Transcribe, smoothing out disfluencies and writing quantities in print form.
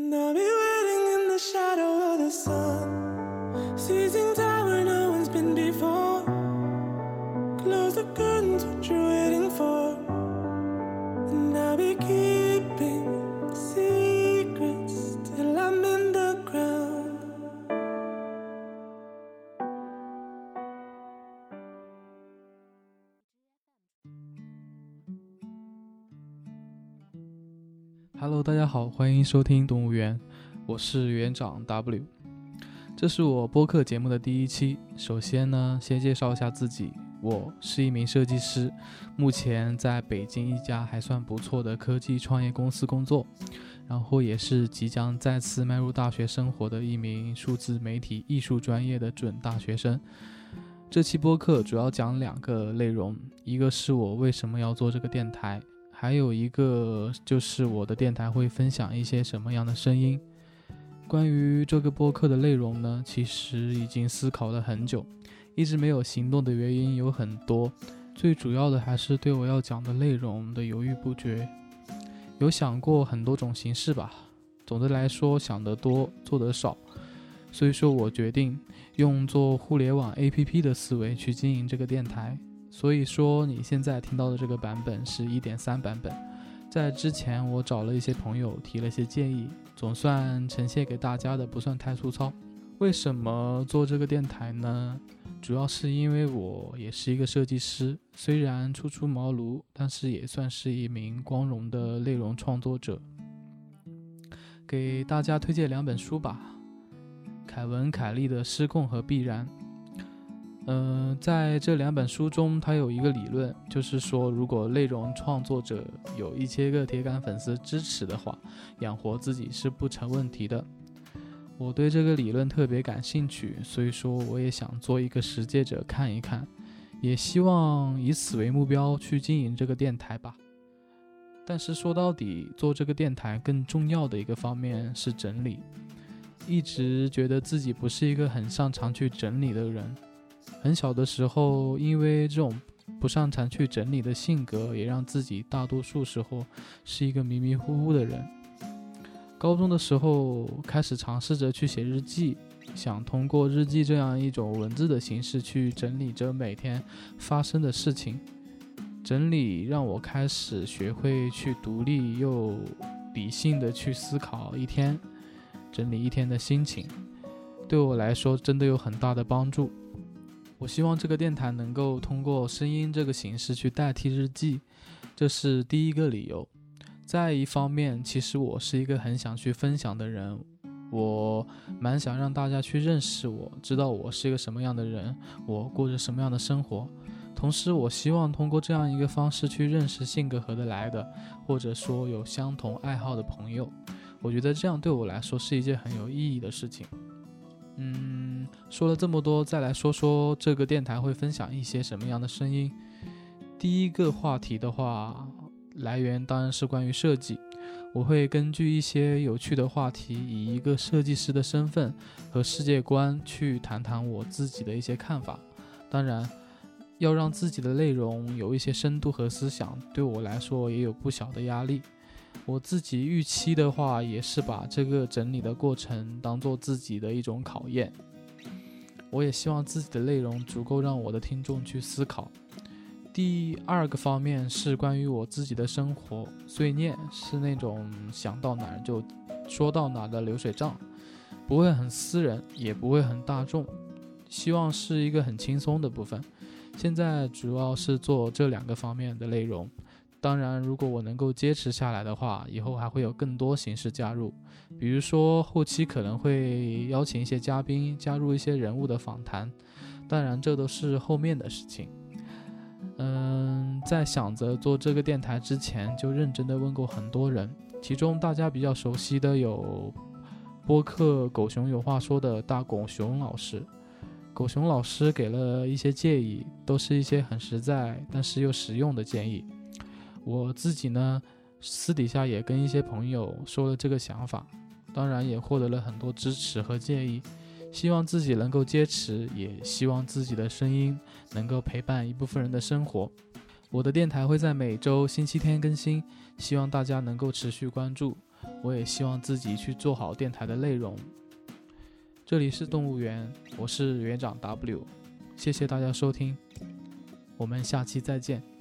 And I'll be waiting in the shadow of the sun, seizing time where no one's been before. Close the curtains, what you're waiting for. And I'll be keeping secrets till I'm in the ground. Hello， 大家好，欢迎收听动物园，我是园长 W。这是我播客节目的第一期。首先呢，先介绍一下自己，我是一名设计师，目前在北京一家还算不错的科技创业公司工作，然后也是即将再次迈入大学生活的一名数字媒体艺术专业的准大学生。这期播客主要讲2个内容，一个是我为什么要做这个电台，还有一个就是我的电台会分享一些什么样的声音。关于这个播客的内容呢，其实已经思考了很久，一直没有行动的原因有很多，最主要的还是对我要讲的内容的犹豫不决。有想过很多种形式吧，总的来说想得多做得少，所以说我决定用做互联网 APP 的思维去经营这个电台。所以说你现在听到的这个版本是 1.3 版本，在之前我找了一些朋友提了一些建议，总算呈现给大家的不算太粗糙。为什么做这个电台呢？主要是因为我也是一个设计师，虽然初出茅庐，但是也算是一名光荣的内容创作者。给大家推荐2本书吧，凯文·凯利的《失控和必然》。在这2本书中，它有一个理论，就是说如果内容创作者有1000个铁杆粉丝支持的话，养活自己是不成问题的。我对这个理论特别感兴趣，所以说我也想做一个实践者看一看，也希望以此为目标去经营这个电台吧。但是说到底，做这个电台更重要的一个方面是整理，一直觉得自己不是一个很擅长去整理的人。很小的时候，因为这种不擅长去整理的性格，也让自己大多数时候是一个迷迷糊糊的人。高中的时候开始尝试着去写日记，想通过日记这样一种文字的形式去整理着每天发生的事情。整理让我开始学会去独立又理性的去思考一天，整理一天的心情，对我来说真的有很大的帮助。我希望这个电台能够通过声音这个形式去代替日记，这是第一个理由。再一方面，其实我是一个很想去分享的人，我蛮想让大家去认识我，知道我是一个什么样的人，我过着什么样的生活。同时我希望通过这样一个方式去认识性格合得来的，或者说有相同爱好的朋友。我觉得这样对我来说是一件很有意义的事情。说了这么多，再来说说这个电台会分享一些什么样的声音。第一个话题的话，来源当然是关于设计，我会根据一些有趣的话题，以一个设计师的身份和世界观去谈谈我自己的一些看法。当然要让自己的内容有一些深度和思想，对我来说也有不小的压力。我自己预期的话，也是把这个整理的过程当做自己的一种考验。我也希望自己的内容足够让我的听众去思考。第2个方面是关于我自己的生活碎念，是那种想到哪儿就说到哪儿的流水账，不会很私人，也不会很大众，希望是一个很轻松的部分。现在主要是做这2个方面的内容，当然如果我能够坚持下来的话，以后还会有更多形式加入，比如说后期可能会邀请一些嘉宾，加入一些人物的访谈，当然这都是后面的事情。在想着做这个电台之前，就认真的问过很多人，其中大家比较熟悉的有播客狗熊有话说的大狗熊老师。狗熊老师给了一些建议，都是一些很实在但是又实用的建议。我自己呢，私底下也跟一些朋友说了这个想法，当然也获得了很多支持和建议。希望自己能够坚持，也希望自己的声音能够陪伴一部分人的生活。我的电台会在每周星期天更新，希望大家能够持续关注。 我也希望自己去做好电台的内容。这里是动物园，我是园长 W， 谢谢大家收听，我们下期再见。